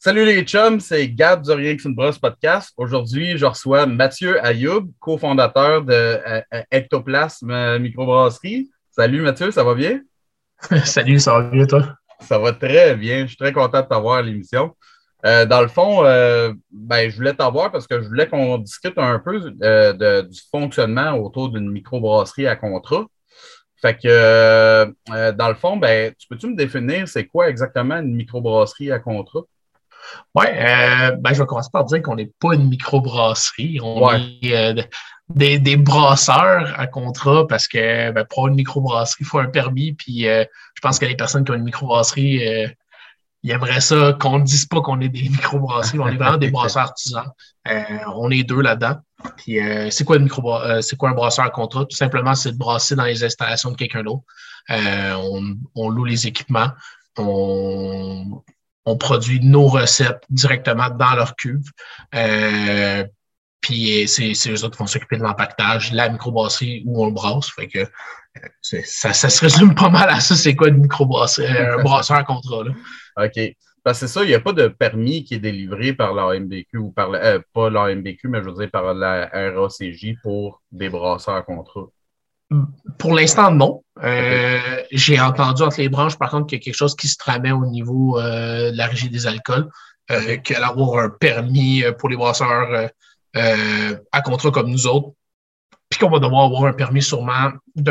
Salut les chums, c'est Gab du Rien que c'est une brosse podcast. Aujourd'hui, je reçois Mathieu Ayoub, cofondateur de Ectoplasme Microbrasserie. Salut Mathieu, ça va bien? Salut, ça va bien, toi? Ça va très bien. Je suis très content de t'avoir à l'émission. Dans le fond, je voulais t'avoir parce que je voulais qu'on discute un peu du fonctionnement autour d'une microbrasserie à contrat. Dans le fond, tu peux-tu me définir c'est quoi exactement une microbrasserie à contrat? Je vais commencer par dire qu'on n'est pas une microbrasserie. On Ouais, est des brasseurs à contrat parce que pour avoir une microbrasserie, il faut un permis. Puis je pense que les personnes qui ont une microbrasserie, ils aimeraient ça qu'on ne dise pas qu'on est des microbrasseries. On est vraiment des brasseurs artisans. On est deux là-dedans. Puis c'est quoi un brasseur à contrat? Tout simplement, c'est de brasser dans les installations de quelqu'un d'autre. On loue les équipements. On, on produit nos recettes directement dans leur cuve. Puis c'est eux autres qui vont s'occuper de l'empaquetage, la microbrasserie où on le brasse. Fait que ça se résume pas mal à ça, c'est quoi une microbrasserie, un brasseur à contrat, là. OK. Parce que c'est ça, il n'y a pas de permis qui est délivré par l'AMBQ ou pas l'AMBQ, mais je veux dire par la RACJ pour des brasseurs à contrat. Pour l'instant, non. OK. J'ai entendu entre les branches, par contre, qu'il y a quelque chose qui se tramait au niveau de la régie des alcools, OK. qu'il allait avoir un permis pour les brasseurs à contrat comme nous autres, puis qu'on va devoir avoir un permis sûrement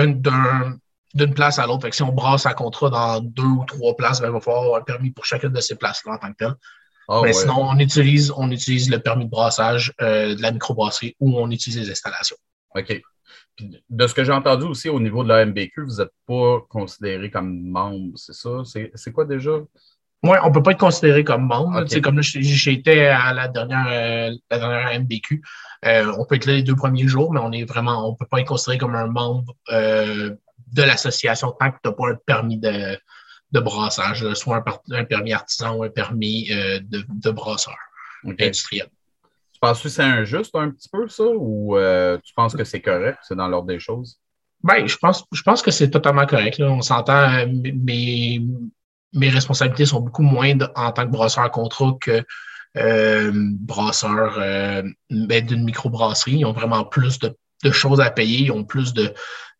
d'une place à l'autre. Fait que si on brasse à contrat dans deux ou trois places, il va falloir avoir un permis pour chacune de ces places-là en tant que tel. Ah Mais ouais. sinon, on utilise le permis de brassage de la microbrasserie où on utilise les installations. OK. Puis de ce que j'ai entendu aussi au niveau de l'AMBQ, vous n'êtes pas considéré comme membre, c'est ça? C'est quoi déjà? Oui, on ne peut pas être considéré comme membre. Tu sais, OK. comme là, j'étais à la dernière MBQ. On peut être là les 2 premiers jours, mais on peut pas être considéré comme un membre de l'association tant que tu n'as pas un permis de brassage, soit un permis artisan ou un permis de brasseur OK. industriel. Tu penses que c'est injuste un petit peu, ça, ou tu penses que c'est correct, c'est dans l'ordre des choses? Je pense que c'est totalement correct, là. On s'entend, mes responsabilités sont beaucoup moindres en tant que brasseur à contrat que brasseur d'une microbrasserie. Ils ont vraiment plus de choses à payer. Ils ont plus de.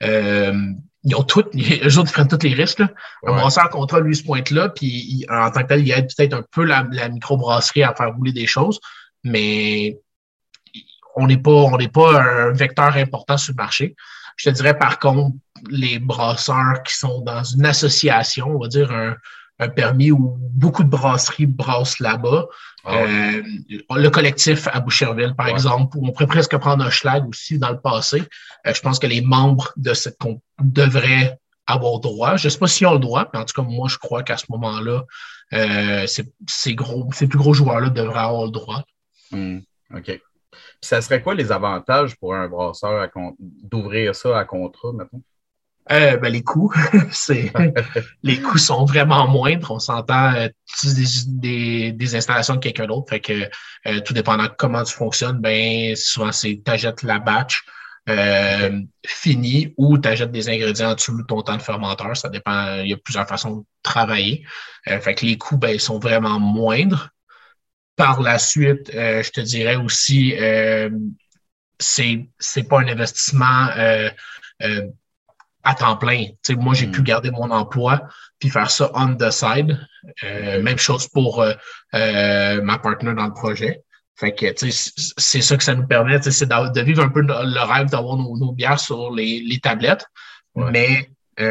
Ils ont tout. Eux autres, ils prennent tous les risques, là. Un Ouais. brasseur à contrat, lui, se pointe là, puis en tant que tel, il aide peut-être un peu la microbrasserie à faire rouler des choses, mais on n'est pas un vecteur important sur le marché. Je te dirais par contre, les brasseurs qui sont dans une association, on va dire un permis où beaucoup de brasseries brassent là-bas. Ah ouais. Euh, le collectif à Boucherville, par Ouais. exemple, où on pourrait presque prendre un schlag aussi dans le passé. Je pense que les membres de cette devraient avoir droit. Je ne sais pas s'ils ont le droit, mais en tout cas, moi, je crois qu'à ce moment-là, ces plus gros joueurs-là devraient avoir le droit. Hmm. OK. Puis ça serait quoi les avantages pour un brasseur d'ouvrir ça à contrat, maintenant? Les coûts, c'est les coûts sont vraiment moindres. On s'entend des installations de quelqu'un d'autre. Fait que tout dépendant de comment tu fonctionnes, ben souvent c'est t'achètes la batch OK. finie ou t'achètes des ingrédients en dessous de ton temps de fermenteur. Ça dépend. Il y a plusieurs façons de travailler. Fait que les coûts ben, sont vraiment moindres. Par la suite, je te dirais aussi, c'est pas un investissement euh, à temps plein. Tu sais, moi, j'ai pu Hmm. garder mon emploi puis faire ça on the side. OK. Même chose pour ma partenaire dans le projet. Fait que, tu sais, c'est ça que ça nous permet, tu sais, c'est de vivre un peu le rêve d'avoir nos bières sur les tablettes, Ouais. mais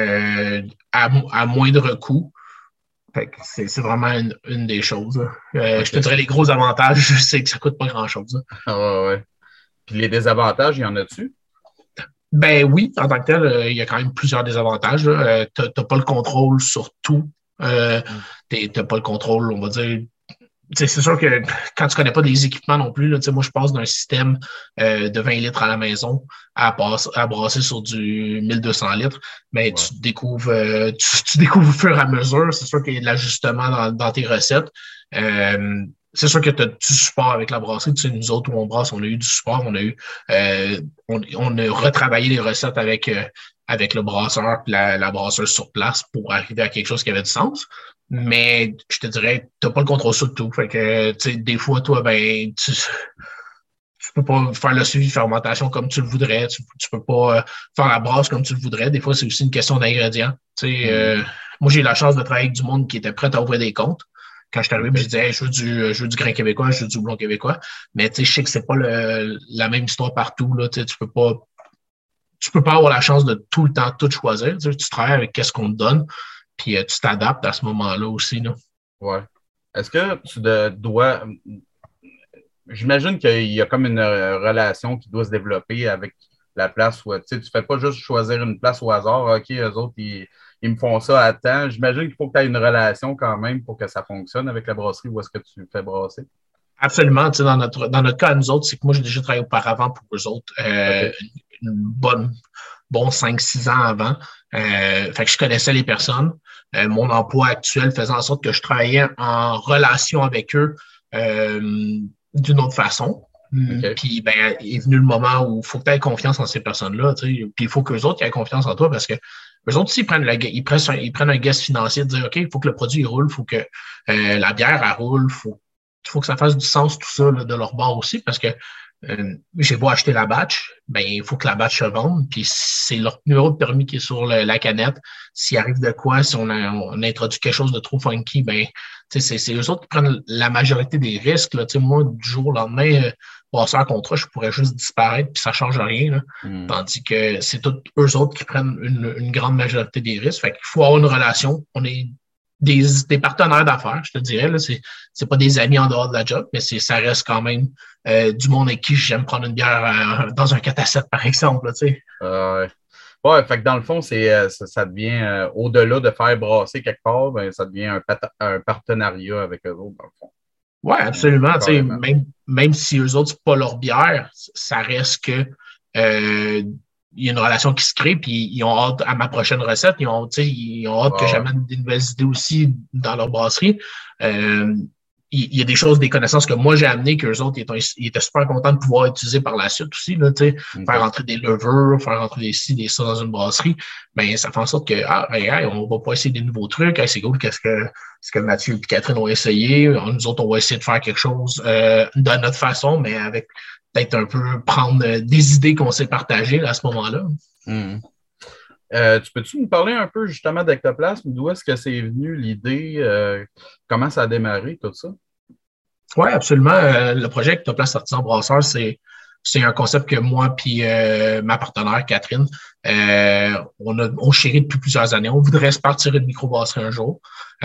à moindre coût. Fait que c'est vraiment une des choses. Je te OK. dirais les gros avantages, c'est que ça coûte pas grand-chose. Ah ouais, ouais. Puis les désavantages, il y en a-tu? Ben oui, en tant que tel, il y a quand même plusieurs désavantages. Tu n'as pas le contrôle sur tout. Euh, Hmm. tu n'as pas le contrôle, on va dire. C'est sûr que quand tu ne connais pas des équipements non plus, là, moi, je passe d'un système de 20 litres à la maison à brasser sur du 1200 litres. Mais Ouais. tu découvres au fur et à mesure. C'est sûr qu'il y a de l'ajustement dans tes recettes. C'est sûr que tu as du support avec la brasserie. Tu sais, nous autres, où on brasse, on a eu du support. On a retravaillé les recettes avec le brasseur et la brasseuse sur place pour arriver à quelque chose qui avait du sens. Mais je te dirais, tu n'as pas le contrôle sur tout. Fait que, tu sais, des fois, toi, ben, tu peux pas faire le suivi de fermentation comme tu le voudrais. Tu peux pas faire la brasse comme tu le voudrais. Des fois, c'est aussi une question d'ingrédients. Tu sais, moi, j'ai eu la chance de travailler avec du monde qui était prêt à ouvrir des comptes. Quand je suis arrivé, je disais, hey, je veux du grain québécois, je veux du houblon québécois. Mais tu sais, je sais que c'est pas la même histoire partout. Là. Tu sais, tu peux pas avoir la chance de tout le temps tout choisir. Tu sais, tu travailles avec qu'est-ce qu'on te donne, puis tu t'adaptes à ce moment-là aussi. Là. Ouais. Est-ce que tu dois. J'imagine qu'il y a comme une relation qui doit se développer avec la place où tu ne fais pas juste choisir une place au hasard. OK, eux autres, ils me font ça à temps. J'imagine qu'il faut que tu aies une relation quand même pour que ça fonctionne avec la brasserie où est-ce que tu fais brasser. Absolument. Tu sais, dans notre cas, nous autres, c'est que moi, j'ai déjà travaillé auparavant pour eux autres. OK. Une bon 5-6 ans avant. Fait que je connaissais les personnes. Mon emploi actuel faisait en sorte que je travaillais en relation avec eux d'une autre façon. OK. Puis ben, est venu le moment où il faut que tu aies confiance en ces personnes-là. Tu sais. Puis il faut qu'eux autres aient confiance en toi parce que eux autres, s'ils prennent ils prennent un geste financier de dire OK, il faut que le produit il roule, il faut que la bière elle roule, il faut que ça fasse du sens, tout ça, là, de leur bord aussi, parce que j'ai beau acheter la batch, ben, il faut que la batch se vende, puis c'est leur numéro de permis qui est sur la canette. S'il arrive de quoi, si on introduit quelque chose de trop funky, ben, c'est eux autres qui prennent la majorité des risques. Là. Moi, du jour au lendemain, passer un contrat, je pourrais juste disparaître, puis ça ne change rien. Là. Tandis que c'est tous eux autres qui prennent une grande majorité des risques. Fait qu'il faut avoir une relation. On est des partenaires d'affaires, je te dirais. Là, c'est pas des amis en dehors de la job, mais ça reste quand même du monde avec qui j'aime prendre une bière dans un 4 à 7, par exemple. Là, ouais, fait que dans le fond, ça devient, au-delà de faire brasser quelque part, ben, ça devient un partenariat avec eux autres, dans le fond. Oui, absolument. Carrément. Même si eux autres, c'est pas leur bière, ça reste que il y a une relation qui se crée, puis ils ont hâte à ma prochaine recette. Ils ont hâte que j'amène des nouvelles idées aussi dans leur brasserie. Il y a des choses, des connaissances que moi j'ai amenées, qu'eux autres, ils étaient super contents de pouvoir utiliser par la suite aussi. Là, faire rentrer des levures, faire rentrer des ci, des ça dans une brasserie. Ben, ça fait en sorte que, on va pas essayer des nouveaux trucs. Hey, c'est cool, ce que Mathieu et Catherine ont essayé. Nous autres, on va essayer de faire quelque chose de notre façon, mais avec peut-être un peu prendre des idées qu'on s'est partagées là, à ce moment-là. Tu peux-tu nous parler un peu justement d'Ectoplasme? D'où est-ce que c'est venu l'idée? Comment ça a démarré, tout ça? Oui, absolument. Le projet Ectoplasme Artisan Brasseur, c'est un concept que moi et ma partenaire, Catherine, on chérit depuis plusieurs années. On voudrait se partir une microbrasserie un jour.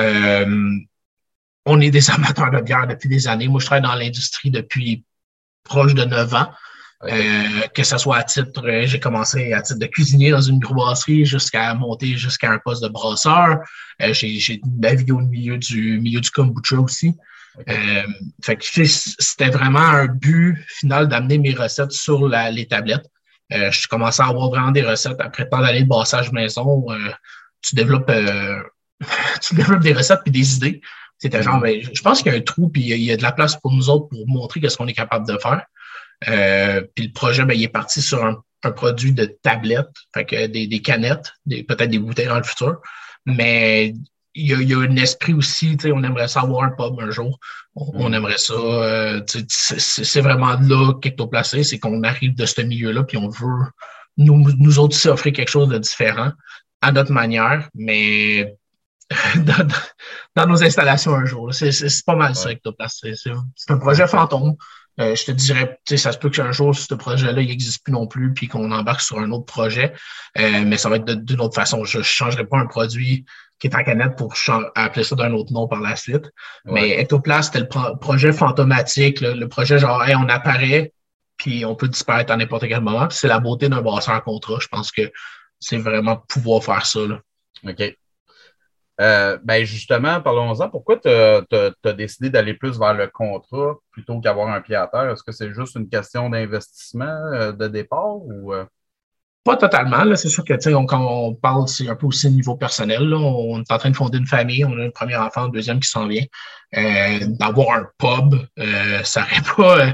On est des amateurs de bière depuis des années. Moi, je travaille dans l'industrie depuis proche de 9 ans. Que ce soit à titre, j'ai commencé à titre de cuisinier dans une microbrasserie jusqu'à monter jusqu'à un poste de brasseur. J'ai navigué au milieu du kombucha aussi. Fait que c'était vraiment un but final d'amener mes recettes sur les tablettes. Je commençais à avoir vraiment des recettes après tant d'années de brassage maison. Tu développes des recettes et des idées. C'était genre, je pense qu'il y a un trou puis il y a de la place pour nous autres pour montrer qu'est-ce qu'on est capable de faire. Puis le projet, il est parti sur un produit de tablette, fait que des canettes, peut-être des bouteilles dans le futur. Mais il y a un esprit aussi, on aimerait ça avoir un pub un jour. On aimerait ça. C'est vraiment là qu'Ectoplasme, c'est qu'on arrive de ce milieu-là, puis on veut nous autres aussi offrir quelque chose de différent à notre manière, mais dans nos installations un jour. C'est pas mal ça, Ectoplasme. C'est un projet fantôme. Je te dirais, ça se peut qu'un jour, ce projet-là, il n'existe plus non plus, puis qu'on embarque sur un autre projet. Mais ça va être d'une autre façon. Je ne changerai pas un produit qui est en canette pour appeler ça d'un autre nom par la suite. Mais Ectoplasme, c'était le projet fantomatique, le projet genre, hey, on apparaît, puis on peut disparaître à n'importe quel moment. C'est la beauté d'un brasseur en contrat. Je pense que c'est vraiment pouvoir faire ça. Là. OK. Justement, parlons-en. Pourquoi tu as décidé d'aller plus vers le contrat plutôt qu'avoir un pied à terre? Est-ce que c'est juste une question d'investissement de départ ou… Pas totalement. Là. C'est sûr que quand on parle, c'est un peu aussi au niveau personnel. Là. On est en train de fonder une famille. On a un premier enfant, un deuxième qui s'en vient. D'avoir un pub, ça n'aurait pas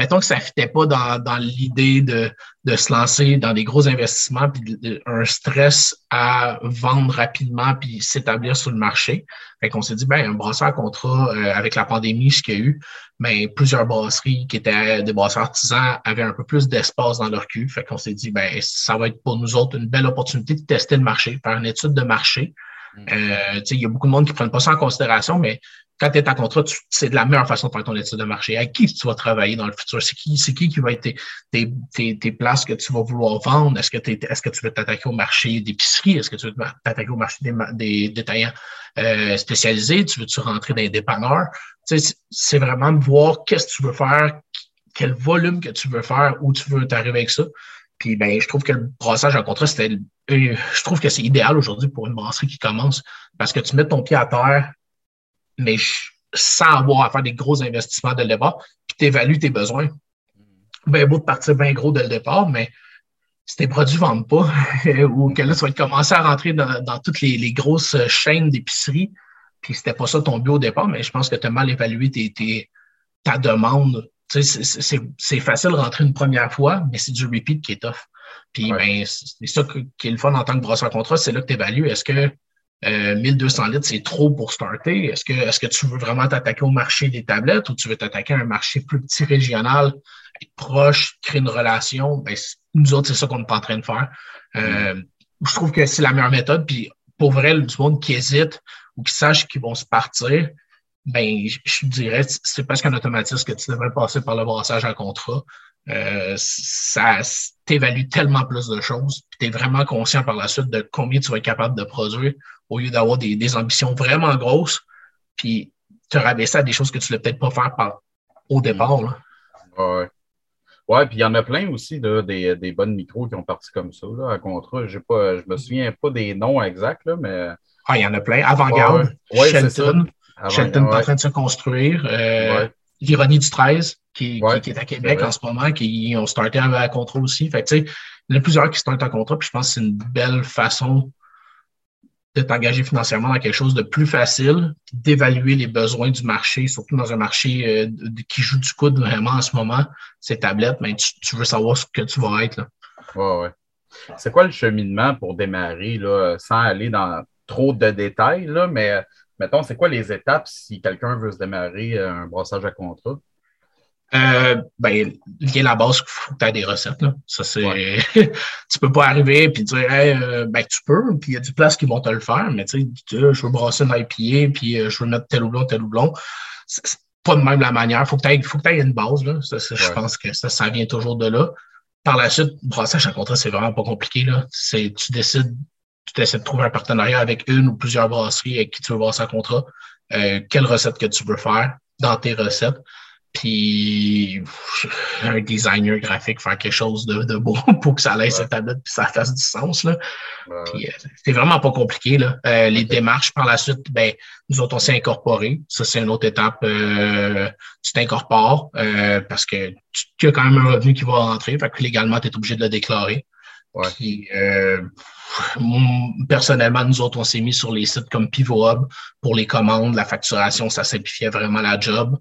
mettons que ça ne fitait pas dans l'idée de se lancer dans des gros investissements puis un stress à vendre rapidement puis s'établir sur le marché. Fait qu'on s'est dit, ben, un brasseur à contrat, avec la pandémie, ce qu'il y a eu, ben, plusieurs brasseries qui étaient des brasseurs artisans avaient un peu plus d'espace dans leur cul. Fait qu'on s'est dit, ben, ça va être pour nous autres une belle opportunité de tester le marché, faire une étude de marché. Il y a beaucoup de monde qui ne prennent pas ça en considération, mais quand tu es en contrat, c'est de la meilleure façon de faire ton étude de marché. Avec qui tu vas travailler dans le futur? C'est qui va être tes places que tu vas vouloir vendre? Est-ce que tu veux t'attaquer au marché d'épicerie? Est-ce que tu veux t'attaquer au marché des détaillants spécialisés? Tu veux-tu rentrer dans les dépanneurs? C'est vraiment de voir qu'est-ce que tu veux faire, quel volume que tu veux faire, où tu veux t'arriver avec ça. Puis, ben, je trouve que le brassage en contrat, je trouve que c'est idéal aujourd'hui pour une brasserie qui commence parce que tu mets ton pied à terre, mais sans avoir à faire des gros investissements dès le départ, puis tu évalues tes besoins. Ben beau de partir bien gros dès le départ, mais si tes produits ne vendent pas, ou que là, tu vas commencer à rentrer dans toutes les grosses chaînes d'épicerie, puis c'était pas ça ton but au départ, mais je pense que tu as mal évalué ta demande. Tu sais, c'est facile de rentrer une première fois, mais c'est du repeat qui est tough. Puis, ben, c'est ça qui est le fun en tant que brasseur contrat, c'est là que tu évalues. Est-ce que 1200 litres, c'est trop pour starter? Est-ce que tu veux vraiment t'attaquer au marché des tablettes ou tu veux t'attaquer à un marché plus petit régional, être proche, créer une relation? Ben, nous autres, c'est ça qu'on est en train de faire. Je trouve que c'est la meilleure méthode. Puis, pour vrai, du monde qui hésite ou qui sache qu'ils vont se partir, ben, je dirais, c'est presque un automatisme que tu devrais passer par le brassage en contrat. Ça t'évalue tellement plus de choses, puis tu es vraiment conscient par la suite de combien tu vas être capable de produire au lieu d'avoir des ambitions vraiment grosses, puis te rabaisser à des choses que tu ne voulais peut-être pas faire au départ. Là. Ouais, puis il y en a plein aussi, là, des bonnes micros qui ont parti comme ça, là, à contrat. Je me souviens pas des noms exacts, là, mais. Ah, il y en a plein. Avant-garde, Shelton. Shelton est en train de se construire. L'Ironie du 13, qui est à Québec en ce moment, qui ont starté à contrat aussi. Fait que, tu sais, il y en a plusieurs qui startent en contrat, puis je pense que c'est une belle façon de t'engager financièrement dans quelque chose de plus facile, d'évaluer les besoins du marché, surtout dans un marché qui joue du coude vraiment en ce moment, ces tablettes, mais tu veux savoir ce que tu vas être. Là. Ouais. C'est quoi le cheminement pour démarrer, là, sans aller dans trop de détails, là, mais mettons, c'est quoi les étapes si quelqu'un veut se démarrer un brassage à contrat? Ben, la base, il faut que tu aies des recettes. Là. Ça, c'est. Tu peux pas arriver et dire ben tu peux, puis il y a des places qui vont te le faire, mais tu sais, je veux brasser une IPA, puis je veux mettre tel houblon. C'est pas de même la manière. Faut que tu aies une base. Là. Je pense que ça vient toujours de là. Par la suite, brassage à contrat, c'est vraiment pas compliqué. Là. Tu essaies de trouver un partenariat avec une ou plusieurs brasseries avec qui tu veux brasser à contrat. Quelle recette que tu veux faire dans tes recettes. Puis un designer graphique faire quelque chose de beau pour que ça laisse cette tablette puis ça fasse du sens. Là. Puis, c'est vraiment pas compliqué. Là. Les démarches par la suite, ben, nous autres, on s'est incorporés. Ça, c'est une autre étape. Tu t'incorpores parce que tu as quand même un revenu qui va rentrer. Fait que légalement, tu es obligé de le déclarer. Puis, personnellement, nous autres, on s'est mis sur les sites comme Pivot Hub pour les commandes, la facturation, ça simplifiait vraiment la job.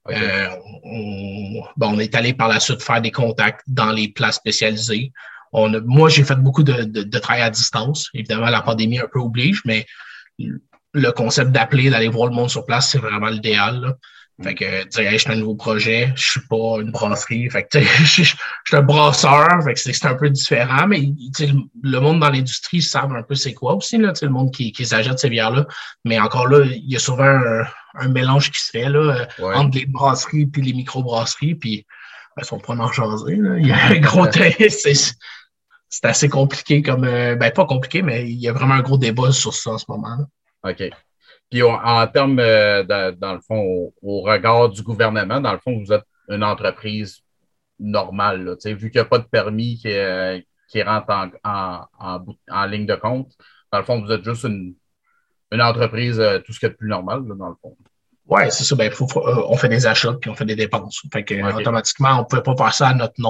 On est allé par la suite faire des contacts dans les places spécialisées. Moi, j'ai fait beaucoup de travail à distance. Évidemment, la pandémie un peu oblige, mais le concept d'appeler, d'aller voir le monde sur place, c'est vraiment l'idéal. Là. Fait que dire, hey, je suis un nouveau projet, je suis pas une brasserie. Fait que je suis un brasseur, fait que c'est un peu différent, mais le monde dans l'industrie savent un peu c'est quoi aussi, là, le monde qui s'achète ces bières-là. Mais encore là, il y a souvent un mélange qui se fait là, entre les brasseries et les microbrasseries, puis ils sont pas en jaser. Là. Il y a un gros c'est assez compliqué comme pas compliqué, mais il y a vraiment un gros débat sur ça en ce moment. Là. OK. Puis en termes, dans le fond, au regard du gouvernement, dans le fond, vous êtes une entreprise normale, là, vu qu'il n'y a pas de permis qui rentre en ligne de compte. Dans le fond, vous êtes juste une entreprise, tout ce qui est de plus normal, là, dans le fond. Oui, c'est ça. Ben, on fait des achats puis on fait des dépenses. Fait que, automatiquement, on ne pouvait pas faire ça à notre nom.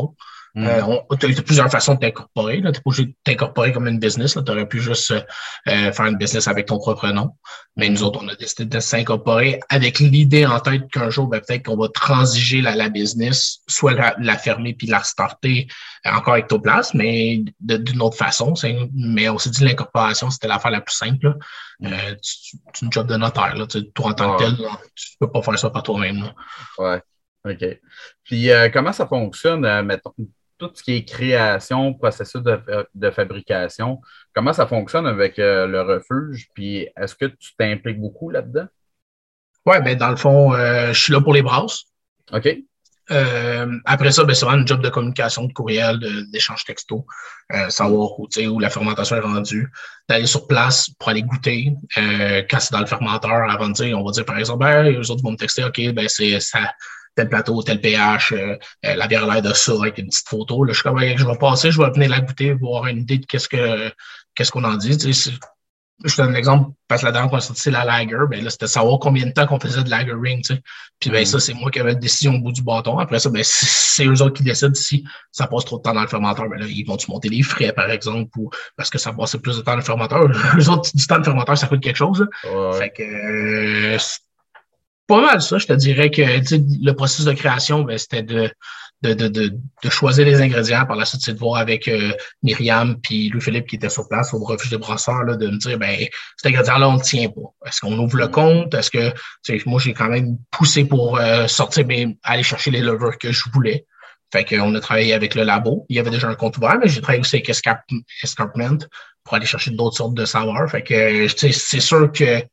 Tu as plusieurs façons de t'incorporer. Tu n'es pas obligé de t'incorporer comme une business. Tu aurais pu juste faire une business avec ton propre nom. Mais nous autres, on a décidé de s'incorporer avec l'idée en tête qu'un jour, peut-être qu'on va transiger la business, soit la fermer puis la restarter encore avec Toplas, mais d'une autre façon. Mais on s'est dit l'incorporation, c'était l'affaire la plus simple. C'est une job de notaire. Là. Toi, en tant que tel, tu ne peux pas faire ça par toi-même. Oui, OK. Puis, comment ça fonctionne, mettons, tout ce qui est création, processus de fabrication, comment ça fonctionne avec le refuge? Puis, est-ce que tu t'impliques beaucoup là-dedans? Oui, ben dans le fond, je suis là pour les brasses. OK. Après ça, ben, c'est vraiment une job de communication, de courriel, d'échange texto, savoir où la fermentation est rendue, d'aller sur place pour aller goûter. Quand c'est dans le fermenteur, avant de dire, on va dire par exemple, eux autres vont me texter, OK, ben c'est ça, tel plateau, tel pH, la bière a l'air de ça, avec une petite photo. Là, je suis comme, je vais passer, je vais venir la goûter, pour avoir une idée de qu'est-ce qu'on en dit. Je te donne l'exemple, parce que la dernière fois qu'on a sorti la lager, ben là, c'était savoir combien de temps qu'on faisait de lagering, tu sais. Puis ben ça, c'est moi qui avais la décision au bout du bâton. Après ça, ben c'est eux autres qui décident si ça passe trop de temps dans le fermenteur. Ben là, ils vont-tu monter les frais, par exemple, ou parce que ça passe plus de temps dans le fermenteur. Eux autres, du temps de fermenteur, ça coûte quelque chose. Ouais. Fait que pas mal ça. Je te dirais que le processus de création, ben, c'était de choisir les ingrédients. Par la suite, c'est de voir avec Myriam puis Louis-Philippe qui était sur place au refuge des brasseurs, là, de me dire, ben, cet ingrédient-là, on ne le tient pas. Est-ce qu'on ouvre le compte? Est-ce que, moi, j'ai quand même poussé pour sortir, mais aller chercher les levures que je voulais. Fait qu'on a travaillé avec le labo. Il y avait déjà un compte ouvert, mais j'ai travaillé aussi avec Escarpment pour aller chercher d'autres sortes de saveurs. Fait que, c'est sûr que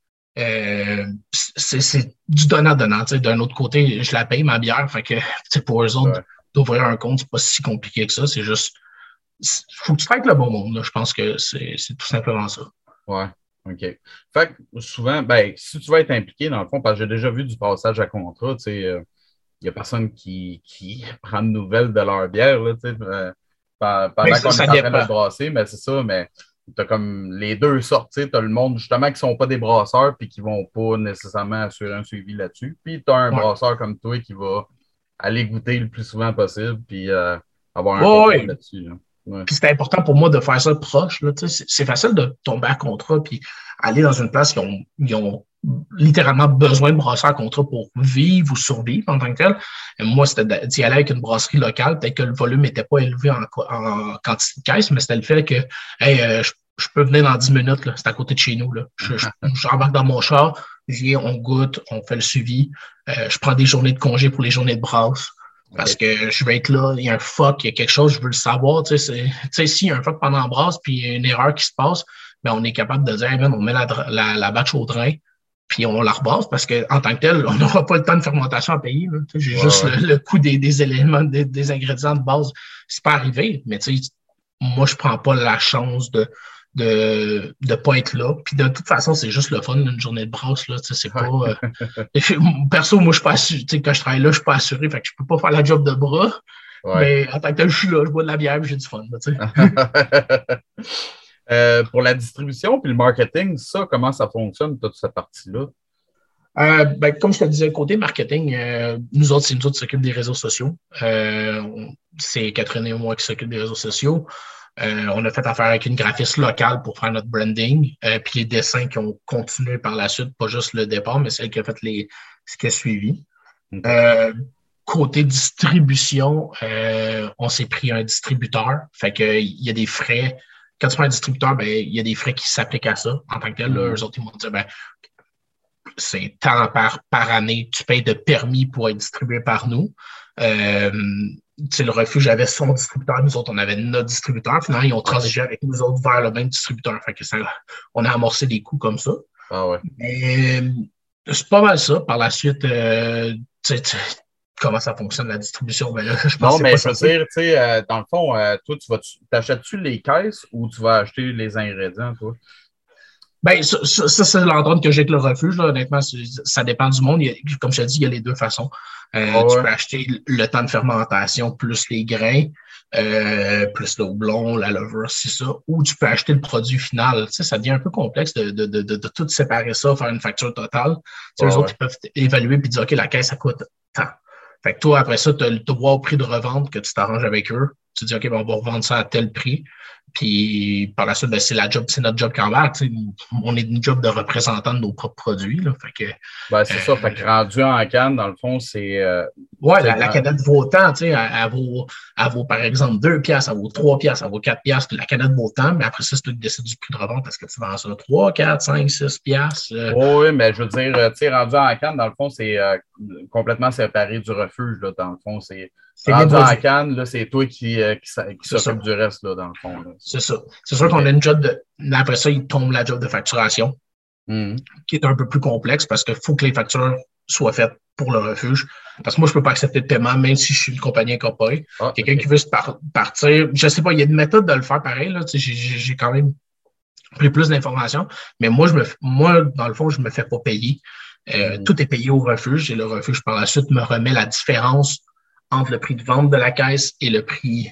c'est du donnant-donnant. D'un autre côté, je la paye, ma bière. Fait que, pour eux autres, d'ouvrir un compte, c'est pas si compliqué que ça. C'est juste, faut que tu fasses le bon monde. Là. Je pense que c'est tout simplement ça. Ouais, OK. Fait que souvent, ben, si tu vas être impliqué, dans le fond, parce que j'ai déjà vu du passage à contrat, tu sais, il n'y a personne qui prend de nouvelles de leur bière, là, tu sais, pendant qu'on est en train de le brasser, mais c'est ça, mais tu as comme les deux sortes, tu as le monde justement qui ne sont pas des brasseurs puis qui ne vont pas nécessairement assurer un suivi là-dessus. Puis tu as un brasseur comme toi qui va aller goûter le plus souvent possible puis avoir un contrôle là-dessus. Là. Ouais. Puis c'est important pour moi de faire ça proche. Là, c'est facile de tomber à contrat puis aller dans une place qui ils ont littéralement besoin de brasseurs à contrat pour vivre ou survivre en tant que tel. Et moi, c'était d'y aller avec une brasserie locale. Peut-être que le volume n'était pas élevé en quantité de caisse, mais c'était le fait que je peux venir dans 10 minutes. Là, c'est à côté de chez nous. Là. J'embarque dans mon char, on goûte, on fait le suivi. Je prends des journées de congé pour les journées de brasse. Parce que je vais être là, il y a un fuck, il y a quelque chose, je veux le savoir. Tu sais, s'il y a un fuck pendant la brasse, puis il y a une erreur qui se passe, ben on est capable de dire, hey man, on met la batch au drain, puis on la rebrasse, parce qu'en tant que tel, on n'aura pas le temps de fermentation à payer. J'ai juste le coût des éléments, des ingrédients de base. C'est pas arrivé, mais tu sais, moi, je prends pas la chance de pas être là. Puis de toute façon, c'est juste le fun d'une journée de brasse. Là, c'est pas, perso, moi, je suis pas assuré. Quand je travaille là, je suis pas assuré. Fait que je peux pas faire la job de bras. Ouais. Mais en tant que tel, je suis là, je bois de la bière et j'ai du fun. Là, pour la distribution puis le marketing, ça, comment ça fonctionne, toute cette partie-là? Ben, comme je te disais, côté marketing, nous autres, c'est nous autres qui s'occupent des réseaux sociaux. C'est Catherine et moi qui s'occupent des réseaux sociaux. On a fait affaire avec une graphiste locale pour faire notre branding, puis les dessins qui ont continué par la suite, pas juste le départ, mais celle qui a fait ce qui a suivi. Okay. Côté distribution, on s'est pris un distributeur, fait qu'il y a des frais. Quand tu prends un distributeur, ben, il y a des frais qui s'appliquent à ça. En tant que tel, là, eux autres, ils vont dire, ben, c'est tant par année, tu payes de permis pour être distribué par nous. Le refuge avait son distributeur, nous autres, on avait notre distributeur. Finalement, ils ont transigé avec nous autres vers le même distributeur. Fait que on a amorcé des coûts comme ça. Ah ouais. Mais c'est pas mal ça. Par la suite, comment ça fonctionne la distribution? Ben là, je pense non, mais je veux dire, tu sais, dans le fond, toi, t'achètes-tu les caisses ou tu vas acheter les ingrédients, toi? Ben, ça c'est l'entente que j'ai avec le refuge. Là. Honnêtement, ça dépend du monde. Comme je te dis, il y a les deux façons. Tu peux acheter le temps de fermentation plus les grains, plus le houblon, la levure, c'est ça. Ou tu peux acheter le produit final. Tu sais, ça devient un peu complexe de tout séparer ça, faire une facture totale. Eux autres, ils peuvent évaluer et dire, OK, la caisse, ça coûte tant. Fait que toi, après ça, tu as le droit au prix de revente que tu t'arranges avec eux. Tu dis, OK, ben, on va revendre ça à tel prix. Puis par la suite, ben, c'est notre job qu'embarque. On est une job de représentant de nos propres produits. Là. Fait que, Ben, c'est ça. Fait que rendu en canne, dans le fond, c'est. ouais, la canette vaut tant, tu sais, elle vaut par exemple 2 piastres, elle vaut 3 piastres, elle vaut 4 piastres, la canette vaut tant, mais après ça, c'est toi qui décides du prix de revente. Est-ce que tu vends ça 3, 4, 5, 6 piastres? Oui, mais je veux dire, tu sais, rendu en canne, dans le fond, c'est complètement séparé du refuge, là, dans le fond. C'est rendu en canne, là, c'est toi qui s'occupe du reste, là, dans le fond. Là. C'est ça. C'est sûr qu'on a une job de. Après ça, il tombe la job de facturation, qui est un peu plus complexe parce qu'il faut que les factures soient faites pour le refuge. Parce que moi, je ne peux pas accepter de paiement, même si je suis une compagnie incorporée. Quelqu'un qui veut se partir, je ne sais pas, il y a une méthode de le faire pareil. Là, j'ai quand même pris plus d'informations, mais moi, dans le fond, je ne me fais pas payer. Tout est payé au refuge et le refuge, par la suite, me remet la différence entre le prix de vente de la caisse et le prix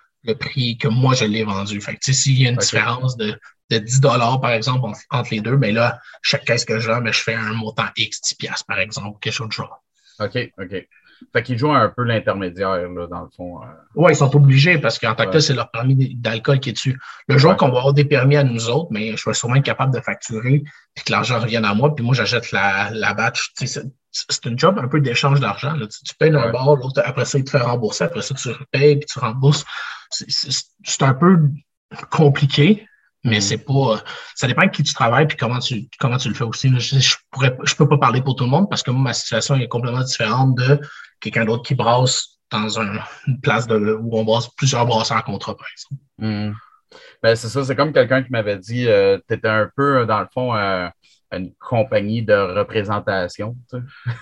que moi, je l'ai vendu. Fait que, s'il y a une différence de 10 par exemple, entre les deux, mais là, chaque caisse que j'ai, je fais un montant X, 10 par exemple, quelque chose de genre. OK. Fait qu'ils jouent un peu l'intermédiaire, là, dans le fond. Oui, ils sont obligés parce qu'en tant que tel, c'est leur permis d'alcool qui est dessus. Le jour qu'on va avoir des permis à nous autres, mais je vais sûrement être capable de facturer et que l'argent revienne à moi, puis moi, j'achète la batch. C'est une job un peu d'échange d'argent. Là. Tu payes d'un bord, l'autre, après ça, il te fait rembourser, après ça, tu repayes, puis tu rembourses. C'est un peu compliqué, mais c'est pas. Ça dépend de qui tu travailles et comment tu le fais aussi. Je peux pas parler pour tout le monde parce que moi, ma situation est complètement différente de quelqu'un d'autre qui brasse dans une place où on brasse plusieurs brasseurs à contrat, par exemple. Ben, c'est ça, c'est comme quelqu'un qui m'avait dit tu étais un peu, dans le fond, une compagnie de représentation. Tu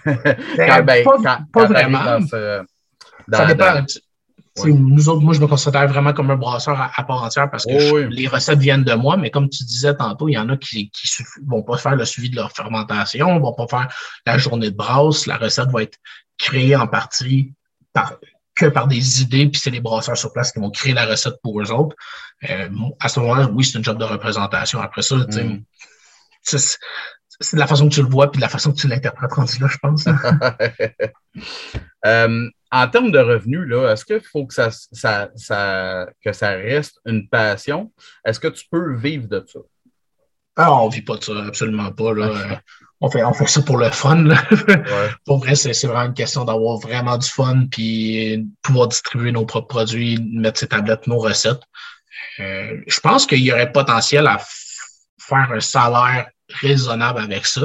sais. Pas vraiment. Ça dépend. Nous autres, moi, je me considère vraiment comme un brasseur à part entière parce que les recettes viennent de moi, mais comme tu disais tantôt, il y en a qui vont pas faire le suivi de leur fermentation, vont pas faire la journée de brasse. La recette va être créée en partie que par des idées, puis c'est les brasseurs sur place qui vont créer la recette pour eux autres. À ce moment-là, oui, c'est une job de représentation. Après ça, c'est de la façon que tu le vois puis de la façon que tu l'interprètes rendu là, je pense. En termes de revenus, là, est-ce qu'il faut que ça reste une passion? Est-ce que tu peux vivre de ça? Ah, on ne vit pas de ça, absolument pas. Là. On fait ça pour le fun. Là. Pour vrai, c'est vraiment une question d'avoir vraiment du fun puis pouvoir distribuer nos propres produits, mettre ses tablettes, nos recettes. Je pense qu'il y aurait potentiel à faire un salaire raisonnable avec ça.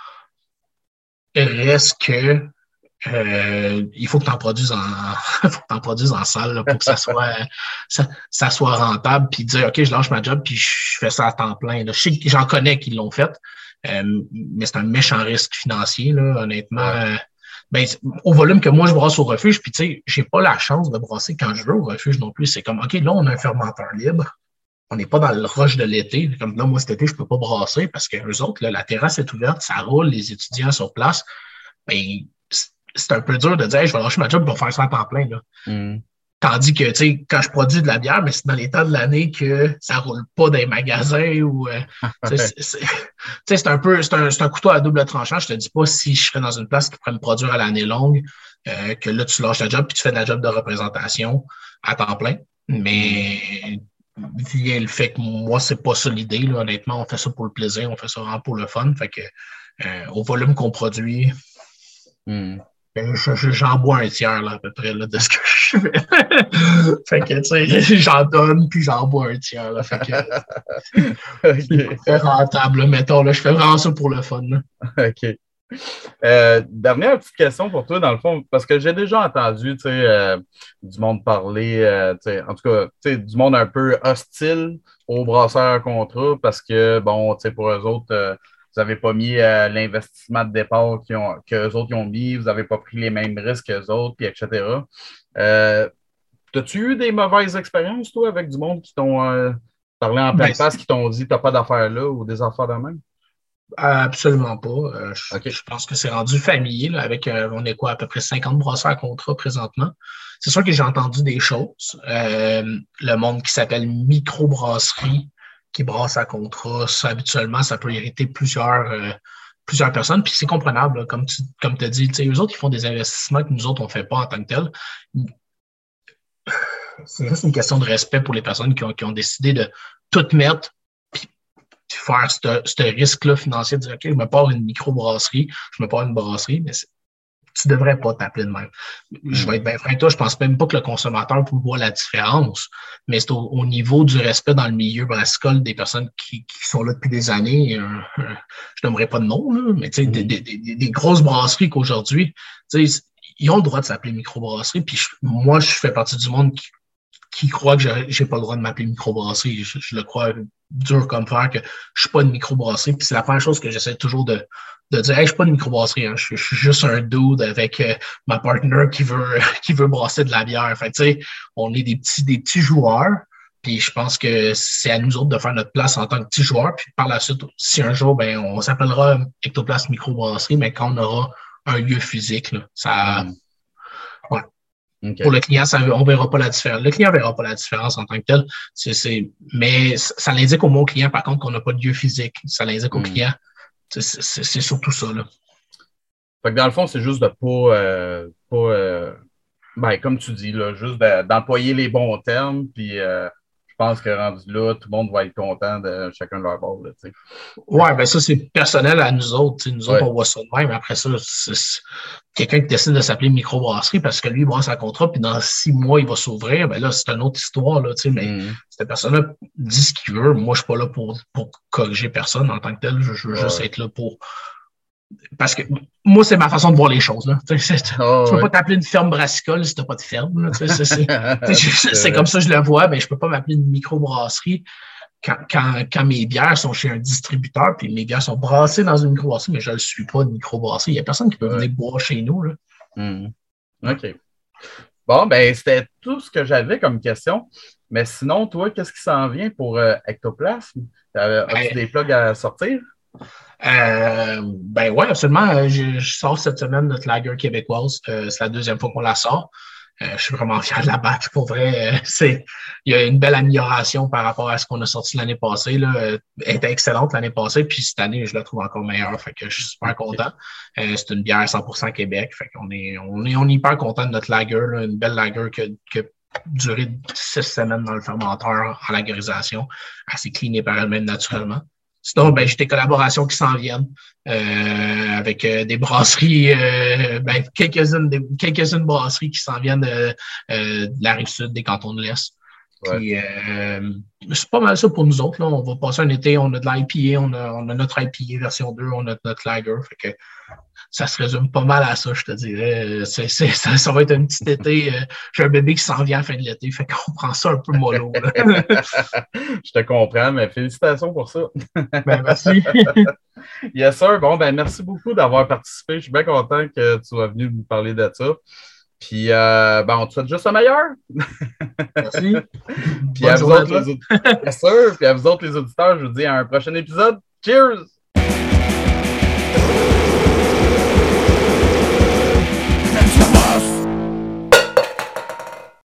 Reste que il faut que tu en produises en salle là, pour que ça soit rentable, puis dire OK, je lâche ma job, puis je fais ça à temps plein. Là. J'en connais qui l'ont fait, mais c'est un méchant risque financier, là, honnêtement. Au volume que moi je brasse au refuge, puis tu sais, j'ai pas la chance de brasser quand je veux au refuge non plus. C'est comme OK, là, on a un fermenteur libre. On n'est pas dans le rush de l'été. Comme là, moi, cet été, je peux pas brasser parce que eux autres, là, la terrasse est ouverte, ça roule, les étudiants sur place. Ben, c'est un peu dur de dire hey, je vais lâcher ma job pour faire ça à temps plein. Là. Tandis que, tu sais, quand je produis de la bière, mais c'est dans les temps de l'année que ça roule pas dans les magasins ou. C'est un peu. C'est un couteau à double tranchant. Je te dis pas si je serais dans une place qui pourrait me produire à l'année longue, que là, tu lâches la job puis tu fais de la job de représentation à temps plein. Mais vient le fait que moi, c'est pas ça l'idée. Là. Honnêtement, on fait ça pour le plaisir, on fait ça vraiment pour le fun. Fait que au volume qu'on produit. J'en bois un tiers, là, à peu près, là, de ce que je fais. Fait que, tu sais, j'en donne, puis j'en bois un tiers, là. Fait que, c'est rentable, là, mettons, là. Je fais vraiment ça pour le fun, là. OK. Dernière petite question pour toi, dans le fond, parce que j'ai déjà entendu, tu sais, du monde parler, en tout cas, tu sais, du monde un peu hostile aux brasseurs à contrat, parce que, bon, tu sais, pour eux autres, vous n'avez pas mis l'investissement de départ qu'eux autres ont mis, vous n'avez pas pris les mêmes risques qu'eux autres, puis etc. As-tu eu des mauvaises expériences, toi, avec du monde qui t'ont parlé en pleine face, qui t'ont dit « t'as pas d'affaires là » ou des affaires de même? Absolument pas. Je pense que c'est rendu familier, là, avec, on est quoi, à peu près 50 brasseurs à contrat présentement. C'est sûr que j'ai entendu des choses. Le monde qui s'appelle microbrasserie, qui brasse à contrat, ça, habituellement, ça peut hériter plusieurs plusieurs personnes, puis c'est comprenable, là, comme tu as dit, eux autres, ils font des investissements que nous autres, on ne fait pas en tant que tel. C'est juste une question de respect pour les personnes qui ont décidé de tout mettre puis faire ce risque-là financier, de dire, OK, je me pars une microbrasserie, je me pars une brasserie, mais tu ne devrais pas t'appeler de même. Je vais être bien franc avec toi, je ne pense même pas que le consommateur peut voir la différence, mais c'est au niveau du respect dans le milieu brassicole des personnes qui sont là depuis des années. Je n'aimerais pas de nom, là, mais des grosses brasseries qu'aujourd'hui, ils ont le droit de s'appeler microbrasserie, puis moi, je fais partie du monde qui croit que j'ai pas le droit de m'appeler microbrasserie. Je le crois dur comme fer que je suis pas une microbrasserie. Puis c'est la première chose que j'essaie toujours de dire, hey, je suis pas une microbrasserie, hein. Je suis juste un dude avec ma partner qui veut brasser de la bière. Fait tu sais, on est des petits joueurs. Puis je pense que c'est à nous autres de faire notre place en tant que petits joueurs. Puis par la suite, si un jour, ben, on s'appellera Ectoplast Microbrasserie, mais quand on aura un lieu physique, là, ça. Ouais. Okay. Pour le client, on ne verra pas la différence. Le client ne verra pas la différence en tant que tel. Mais ça l'indique au moins au client, par contre, qu'on n'a pas de lieu physique. Ça l'indique au client. C'est surtout ça. Là. Fait que dans le fond, c'est juste de pas comme tu dis, là, juste d'employer les bons termes. Puis je pense que rendu là, tout le monde va être content de chacun de leur bord. Oui, ben ça, c'est personnel à nous autres. Nous autres, on voit ça de même. Après ça, c'est quelqu'un qui décide de s'appeler microbrasserie parce que lui, il brasse un contrat, puis dans 6 mois, il va s'ouvrir. Ben là, c'est une autre histoire. Là, mais cette personne-là dit ce qu'il veut. Moi, je ne suis pas là pour corriger personne en tant que tel. Je veux juste être là pour. Parce que moi, c'est ma façon de voir les choses. Là. Tu ne peux pas t'appeler une ferme brassicole si tu n'as pas de ferme. C'est comme ça que je le vois, mais je ne peux pas m'appeler une microbrasserie quand mes bières sont chez un distributeur, puis mes bières sont brassées dans une microbrasserie, mais je ne le suis pas, une microbrasserie. Il n'y a personne qui peut venir boire chez nous. Là. OK. Bon, ben c'était tout ce que j'avais comme question. Mais sinon, toi, qu'est-ce qui s'en vient pour Ectoplasme? As-tu des plugs à sortir? Ben ouais, absolument. Je sors cette semaine notre lager québécoise. C'est la 2e fois qu'on la sort. Je suis vraiment fier de la batch. Pour vrai, il y a une belle amélioration par rapport à ce qu'on a sorti l'année passée. Là. Elle était excellente l'année passée, puis cette année, je la trouve encore meilleure. Fait que je suis super content. C'est une bière 100% Québec. Fait qu'on est hyper content de notre lager, là. Une belle lager qui a duré 6 semaines dans le fermenteur en lagerisation. Elle s'est cleanée par elle-même naturellement. Sinon, ben, j'ai des collaborations qui s'en viennent avec des brasseries, quelques-unes brasseries qui s'en viennent de la Rive-Sud, des cantons de l'Est. Puis, c'est pas mal ça pour nous autres. Là. On va passer un été, on a de l'IPA, on a notre IPA version 2, on a notre lager. Fait que ça se résume pas mal à ça, je te dirais. Ça va être un petit été. J'ai un bébé qui s'en vient à la fin de l'été, fait qu'on prend ça un peu mollo. Je te comprends, mais félicitations pour ça. Ben, merci. Yes, sir. Bon, ben merci beaucoup d'avoir participé. Je suis bien content que tu sois venu nous parler de ça. Puis, on te souhaite juste le meilleur. Merci. Puis à vous autres, yes, sir. Puis à vous autres, les auditeurs, je vous dis à un prochain épisode. Cheers!